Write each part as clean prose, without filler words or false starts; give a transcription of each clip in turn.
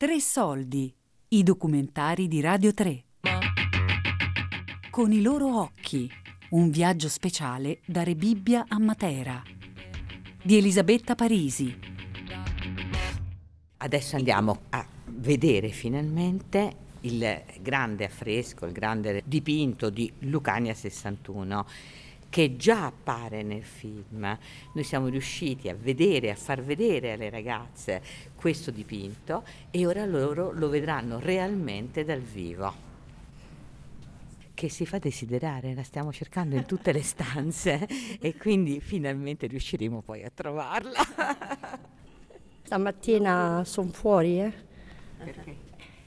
Tre soldi, i documentari di Radio 3. Con i loro occhi, un viaggio speciale da Rebibbia a Matera, di Elisabetta Parisi. Adesso andiamo a vedere finalmente il grande affresco, il grande dipinto di Lucania 61, che già appare nel film. Noi siamo riusciti a vedere, a far vedere alle ragazze questo dipinto e ora loro lo vedranno realmente dal vivo. Che si fa desiderare, la stiamo cercando in tutte le stanze e quindi finalmente riusciremo poi a trovarla. Stamattina sono fuori, Perché?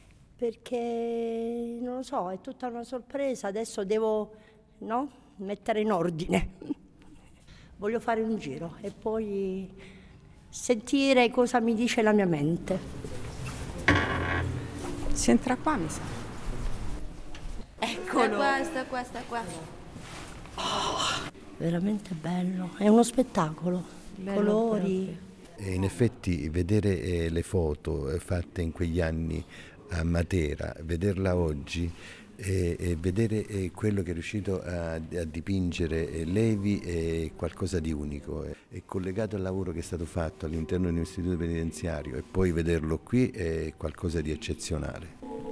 Perché non lo so, è tutta una sorpresa, adesso devo, mettere in ordine. Voglio fare un giro e poi sentire cosa mi dice la mia mente. Si entra qua, mi sa. Eccolo! Sta qua. Veramente bello, è uno spettacolo, Bello colori. proprio. E in effetti vedere le foto fatte in quegli anni a Matera, vederla oggi e vedere quello che è riuscito a dipingere Levi è qualcosa di unico. È collegato al lavoro che è stato fatto all'interno di un istituto penitenziario e poi vederlo qui è qualcosa di eccezionale.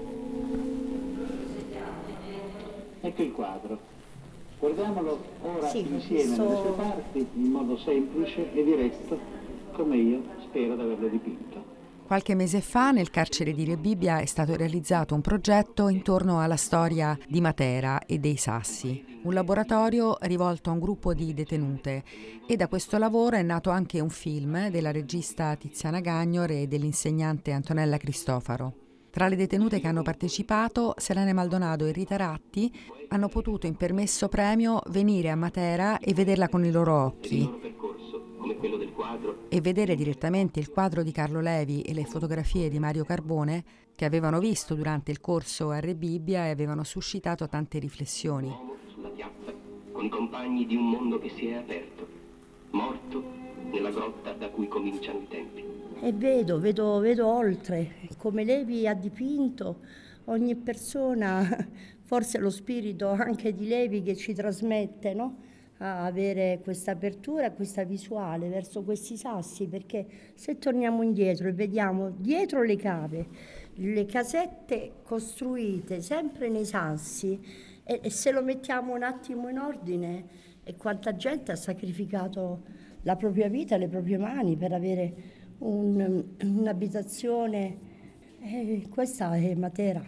Ecco il quadro. Guardiamolo ora Sì, insieme nelle sue parti in modo semplice e diretto, come io spero di averlo dipinto. Qualche mese fa nel carcere di Rebibbia è stato realizzato un progetto intorno alla storia di Matera e dei Sassi, un laboratorio rivolto a un gruppo di detenute, e da questo lavoro è nato anche un film della regista Tiziana Gagnor e dell'insegnante Antonella Cristofaro. Tra le detenute che hanno partecipato, Selene Maldonado e Rita Ratti hanno potuto in permesso premio venire a Matera e vederla con i loro occhi e vedere direttamente il quadro di Carlo Levi e le fotografie di Mario Carbone che avevano visto durante il corso a Rebibbia e avevano suscitato tante riflessioni. Sulla piazza, con i compagni di un mondo che si è aperto, morto nella grotta da cui cominciano i tempi. E vedo oltre, come Levi ha dipinto ogni persona, forse lo spirito anche di Levi che ci trasmette, no? A avere questa apertura, questa visuale verso questi sassi, perché se torniamo indietro e vediamo dietro le cave, le casette costruite sempre nei sassi, e se lo mettiamo un attimo in ordine, e quanta gente ha sacrificato la propria vita, le proprie mani per avere un'abitazione, questa è Matera.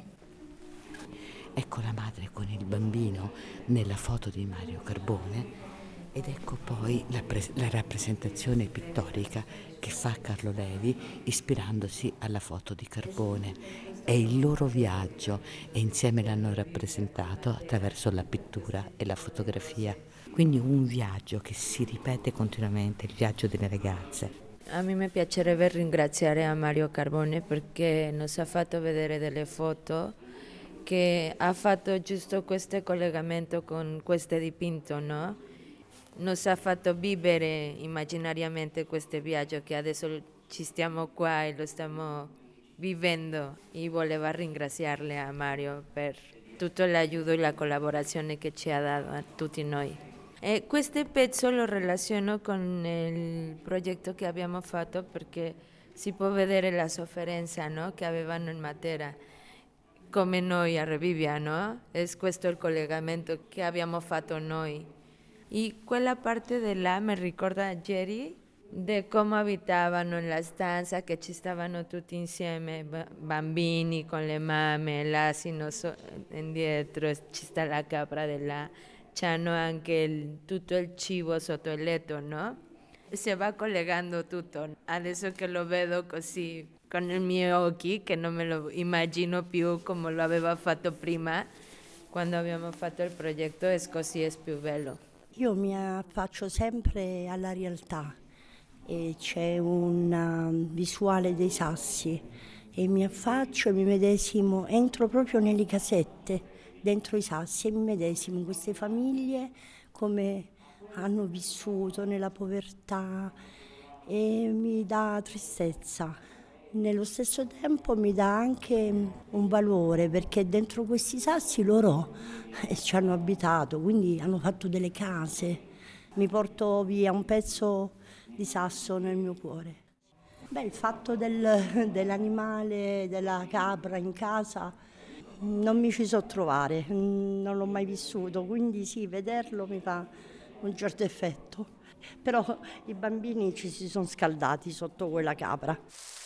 Ecco la madre con il bambino nella foto di Mario Carbone ed ecco poi la rappresentazione pittorica che fa Carlo Levi ispirandosi alla foto di Carbone. È il loro viaggio e insieme l'hanno rappresentato attraverso la pittura e la fotografia. Quindi un viaggio che si ripete continuamente, il viaggio delle ragazze. A me mi piacerebbe ringraziare a Mario Carbone perché nos ha fatto vedere delle foto che ha fatto giusto questo collegamento con questo dipinto, no? Nos ha fatto vivere immaginariamente questo viaggio che adesso ci stiamo qua e lo stiamo vivendo, e volevo ringraziarle a Mario per tutto l'aiuto e la collaborazione che ci ha dato a tutti noi. E questo pezzo lo relaziono con il progetto che abbiamo fatto perché si può vedere la sofferenza, no? Che avevano in Matera, come noi a Rebibbia, no? È questo il collegamento che abbiamo fatto noi. E quella parte di là mi ricorda ieri di come abitavano nella stanza, che ci stavano tutti insieme, bambini con le mamme, l'asino indietro, ci sta la capra di là, c'hanno anche tutto il cibo sotto il letto, no? Si va collegando tutto. Adesso che lo vedo così con i miei occhi, che non me lo immagino più come lo aveva fatto prima, quando abbiamo fatto il progetto, è così, è più bello. Io mi affaccio sempre alla realtà e c'è una visuale dei sassi e mi affaccio e mi medesimo, entro proprio nelle casette, dentro i sassi, e mi medesimo in queste famiglie come hanno vissuto nella povertà e mi dà tristezza. Nello stesso tempo mi dà anche un valore, perché dentro questi sassi loro ci hanno abitato, quindi hanno fatto delle case. Mi porto via un pezzo di sasso nel mio cuore. Beh, il fatto dell'animale, della capra in casa, non mi ci so trovare, non l'ho mai vissuto, quindi sì, vederlo mi fa un certo effetto. Però i bambini ci si sono scaldati sotto quella capra.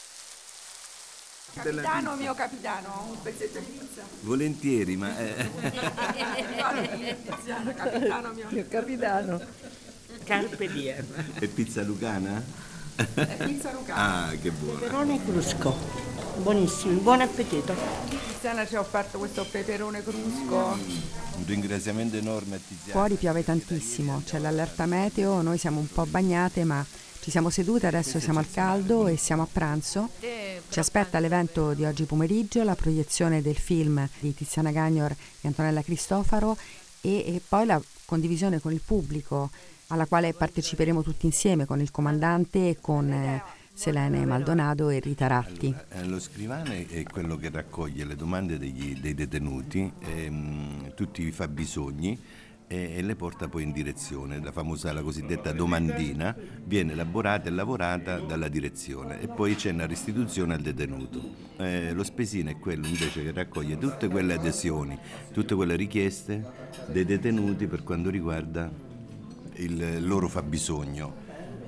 Capitano, mio capitano, un pezzetto di pizza. Volentieri, ma... Capitano, mio capitano. Carpe diem. È pizza lucana? È pizza lucana. Ah, che buona. Peperone crusco, buonissimo, buon appetito. Tiziana ci ha offerto questo peperone crusco. Un ringraziamento enorme a Tiziana. Fuori piove tantissimo, c'è l'allerta meteo, noi siamo un po' bagnate, ma ci siamo sedute, adesso siamo al caldo e siamo a pranzo. Ci aspetta l'evento di oggi pomeriggio, la proiezione del film di Tiziana Gagnor e Antonella Cristofaro e poi la condivisione con il pubblico, alla quale parteciperemo tutti insieme con il comandante e con Selene Maldonado e Rita Ratti. Allora, lo scrivane è quello che raccoglie le domande dei detenuti, tutti i fabbisogni e le porta poi in direzione. La cosiddetta domandina viene elaborata e lavorata dalla direzione e poi c'è una restituzione al detenuto. Lo spesino è quello invece che raccoglie tutte quelle adesioni, tutte quelle richieste dei detenuti per quanto riguarda il loro fabbisogno.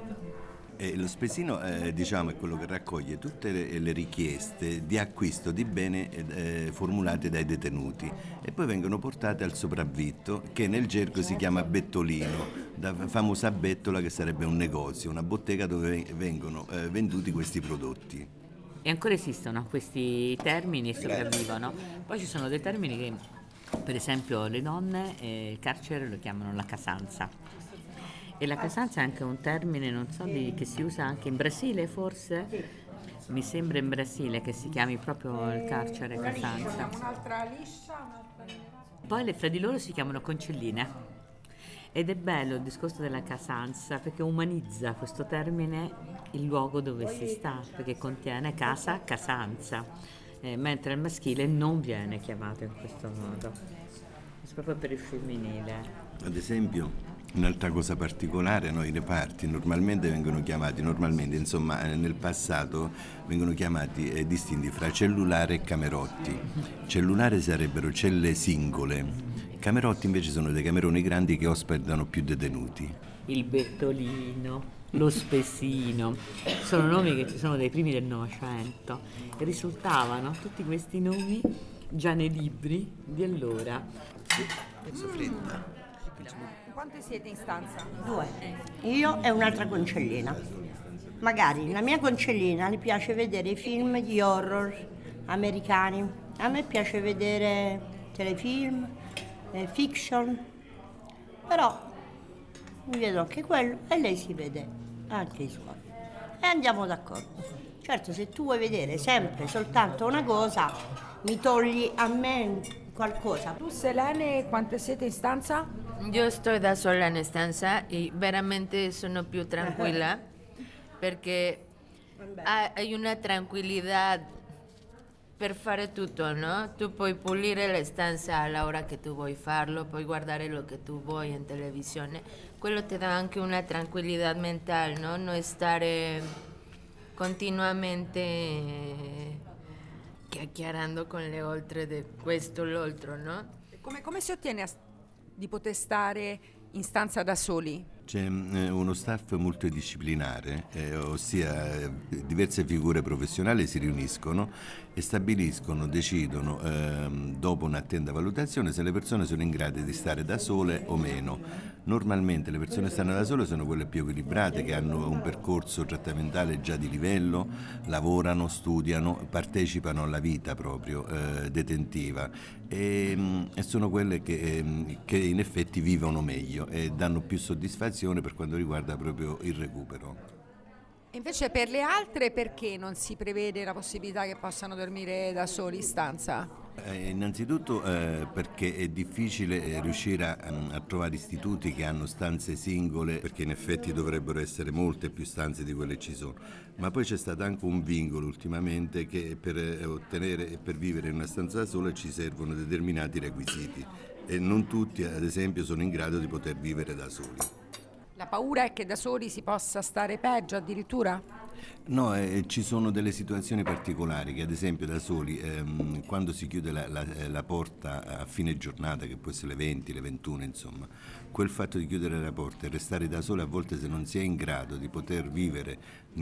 E lo spesino diciamo, è quello che raccoglie tutte le richieste di acquisto di beni formulate dai detenuti e poi vengono portate al sopravvitto, che nel gergo si chiama bettolino, da famosa bettola, che sarebbe un negozio, una bottega dove vengono venduti questi prodotti. E ancora esistono questi termini e sopravvivono. Poi ci sono dei termini che, per esempio, le donne il carcere lo chiamano la casanza. E la casanza è anche un termine, non so, che si usa anche in Brasile forse? Mi sembra in Brasile che si chiami proprio il carcere casanza. Un'altra liscia. Poi fra di loro si chiamano concelline. Ed è bello il discorso della casanza perché umanizza questo termine il luogo dove si sta, perché contiene casa, casanza, mentre il maschile non viene chiamato in questo modo. È proprio per il femminile. Ad esempio, un'altra cosa particolare, i reparti normalmente vengono chiamati, nel passato vengono chiamati distinti fra cellulare e camerotti. Cellulare sarebbero celle singole, camerotti invece sono dei cameroni grandi che ospitano più detenuti. Il bettolino, lo spesino, sono nomi che ci sono dai primi del Novecento e risultavano tutti questi nomi già nei libri di allora. Fredda. Quante siete in stanza? 2. Io e un'altra concellina. Magari la mia concellina le piace vedere i film di horror americani. A me piace vedere telefilm, fiction. Però mi vedo anche quello e lei si vede anche i suoi. E andiamo d'accordo. Certo, se tu vuoi vedere sempre soltanto una cosa, mi togli a me qualcosa. Tu, Selene, quante siete in stanza? Io sto da sola in stanza e veramente sono più tranquilla perché hai una tranquillità per fare tutto, no? Tu puoi pulire la stanza all'ora che tu vuoi farlo, puoi guardare lo che tu vuoi in televisione. Quello ti dà anche una tranquillità mentale, no? Non stare continuamente chiacchierando con le oltre di questo o l'altro, no? Come si ottiene di poter stare in stanza da soli? C'è uno staff multidisciplinare, ossia diverse figure professionali si riuniscono e stabiliscono, decidono dopo un'attenta valutazione se le persone sono in grado di stare da sole o meno. Normalmente le persone che stanno da sole sono quelle più equilibrate, che hanno un percorso trattamentale già di livello, lavorano, studiano, partecipano alla vita proprio detentiva e sono quelle che in effetti vivono meglio e danno più soddisfazione per quanto riguarda proprio il recupero. Invece per le altre perché non si prevede la possibilità che possano dormire da soli in stanza? Innanzitutto perché è difficile riuscire a trovare istituti che hanno stanze singole, perché in effetti dovrebbero essere molte più stanze di quelle che ci sono, ma poi c'è stato anche un vincolo ultimamente che per ottenere e per vivere in una stanza da sola ci servono determinati requisiti e non tutti ad esempio sono in grado di poter vivere da soli. La paura è che da soli si possa stare peggio addirittura? No, ci sono delle situazioni particolari che ad esempio da soli, quando si chiude la porta a fine giornata, che può essere le 20, le 21, insomma, quel fatto di chiudere la porta e restare da soli a volte, se non si è in grado di poter vivere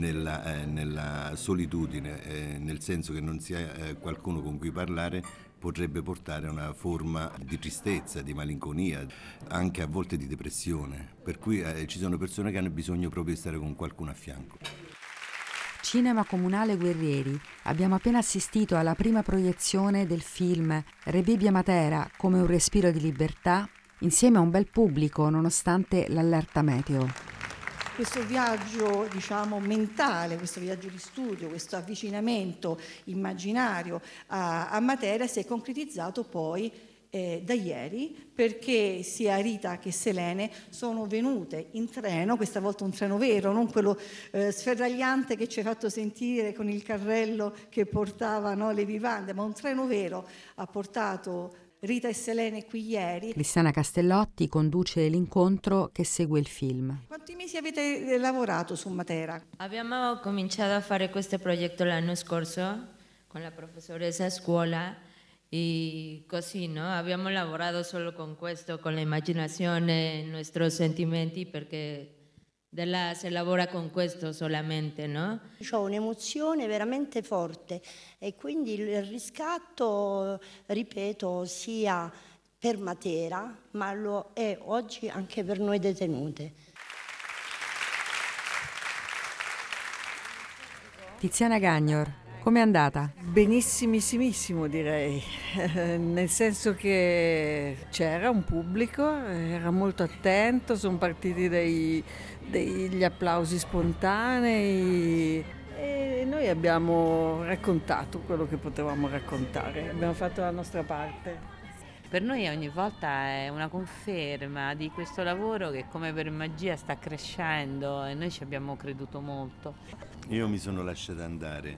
nella solitudine, nel senso che non si ha qualcuno con cui parlare, potrebbe portare a una forma di tristezza, di malinconia, anche a volte di depressione, per cui ci sono persone che hanno bisogno proprio di stare con qualcuno a fianco. Cinema Comunale Guerrieri. Abbiamo appena assistito alla prima proiezione del film Re Bibbia Matera come un respiro di libertà, insieme a un bel pubblico nonostante l'allerta meteo. Questo viaggio, diciamo, mentale, questo viaggio di studio, questo avvicinamento immaginario a Matera si è concretizzato poi da ieri, perché sia Rita che Selene sono venute in treno, questa volta un treno vero, non quello sferragliante che ci hai fatto sentire con il carrello che portava, no, le vivande, ma un treno vero ha portato Rita e Selene qui ieri. Cristiana Castellotti conduce l'incontro che segue il film. Quanti mesi avete lavorato su Matera? Abbiamo cominciato a fare questo progetto l'anno scorso con la professoressa a scuola e così, no? Abbiamo lavorato solo con questo, con l'immaginazione, i nostri sentimenti, perché si lavora con questo solamente, no? Ho un'emozione veramente forte e quindi il riscatto, ripeto, sia per Matera, ma lo è oggi anche per noi detenute. Tiziana Gagnor, com'è andata? Benissimissimo direi, nel senso che c'era un pubblico, era molto attento, sono partiti degli applausi spontanei e noi abbiamo raccontato quello che potevamo raccontare, abbiamo fatto la nostra parte. Per noi ogni volta è una conferma di questo lavoro che come per magia sta crescendo e noi ci abbiamo creduto molto. Io mi sono lasciato andare,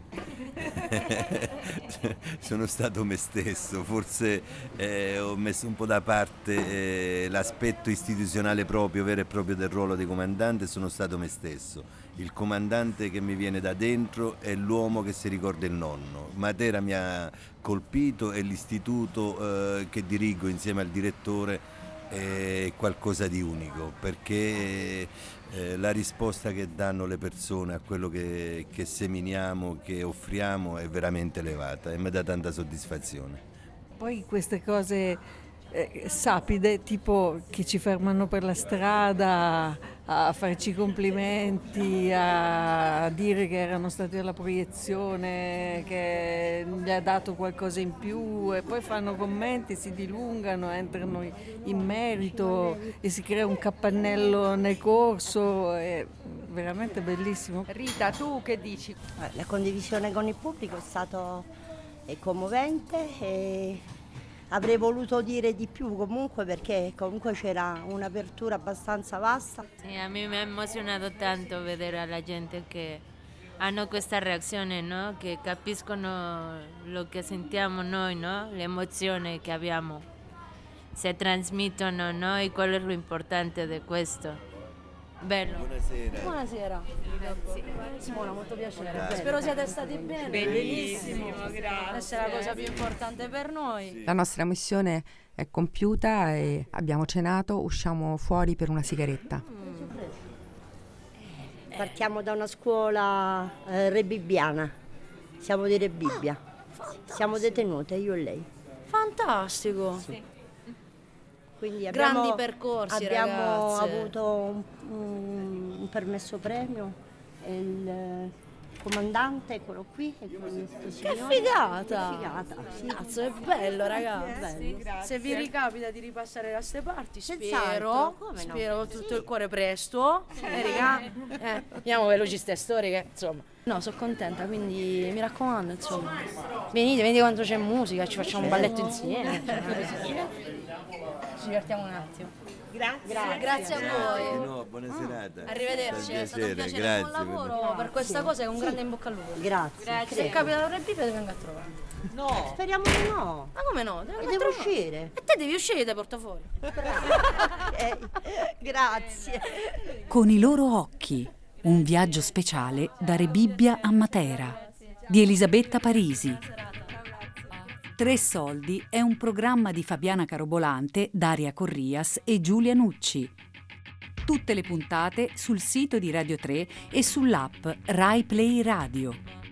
sono stato me stesso, forse ho messo un po' da parte l'aspetto istituzionale proprio, vero e proprio del ruolo di comandante, sono stato me stesso. Il comandante che mi viene da dentro è l'uomo che si ricorda il nonno. Matera mi ha colpito e l'istituto che dirigo insieme al direttore è qualcosa di unico, perché la risposta che danno le persone a quello che seminiamo, che offriamo è veramente elevata e mi dà tanta soddisfazione. Poi queste cose sapide, tipo che ci fermano per la strada a farci complimenti, a dire che erano stati alla proiezione, che gli ha dato qualcosa in più e poi fanno commenti, si dilungano, entrano in merito e si crea un capannello nel corso, è veramente bellissimo. Rita, tu che dici? La condivisione con il pubblico è commovente e avrei voluto dire di più comunque, perché comunque c'era un'apertura abbastanza vasta. Sì, a me mi ha emozionato tanto vedere la gente che hanno questa reazione, no? Che capiscono lo che sentiamo noi, no? L'emozione che abbiamo. Si trasmettono, no? E quello è lo importante di questo. Bello. Buonasera. Buonasera. Simona, molto piacere. Grazie. Spero siate stati bene. Benissimo, grazie. Questa è la cosa più importante per noi. Sì. La nostra missione è compiuta e abbiamo cenato, usciamo fuori per una sigaretta. Partiamo da una scuola rebibbiana, siamo di Rebibbia, siamo detenute io e lei. Fantastico. Sì. Quindi Grandi percorsi, abbiamo ragazze. avuto un permesso premio e comandante, eccolo qui, e con questo Che signore. figata! Che figata, sì. Cazzo, è bello, ragazzi. Bello. Se vi ricapita di ripassare da ste parti, Senz'altro, spero, come no? spero con tutto il cuore presto. Raga, andiamo veloci ste storie che, insomma. No, sono contenta, quindi mi raccomando, insomma. Venite quando c'è musica, ci facciamo un balletto insieme. Ci divertiamo un attimo. Grazie a voi. No, buona serata. Arrivederci, è stato un piacere, grazie. buon lavoro per questa cosa e un grande in bocca al lupo. Grazie. Se capita la Bibbia ti vengo a trovare. No. Speriamo di no. Ma come no? E devo uscire. E te devi uscire dai portafogli. Grazie. Con i loro occhi, un viaggio speciale da Rebibbia a Matera, di Elisabetta Parisi. 3 soldi è un programma di Fabiana Carobolante, Daria Corrias e Giulia Nucci. Tutte le puntate sul sito di Radio 3 e sull'app Rai Play Radio.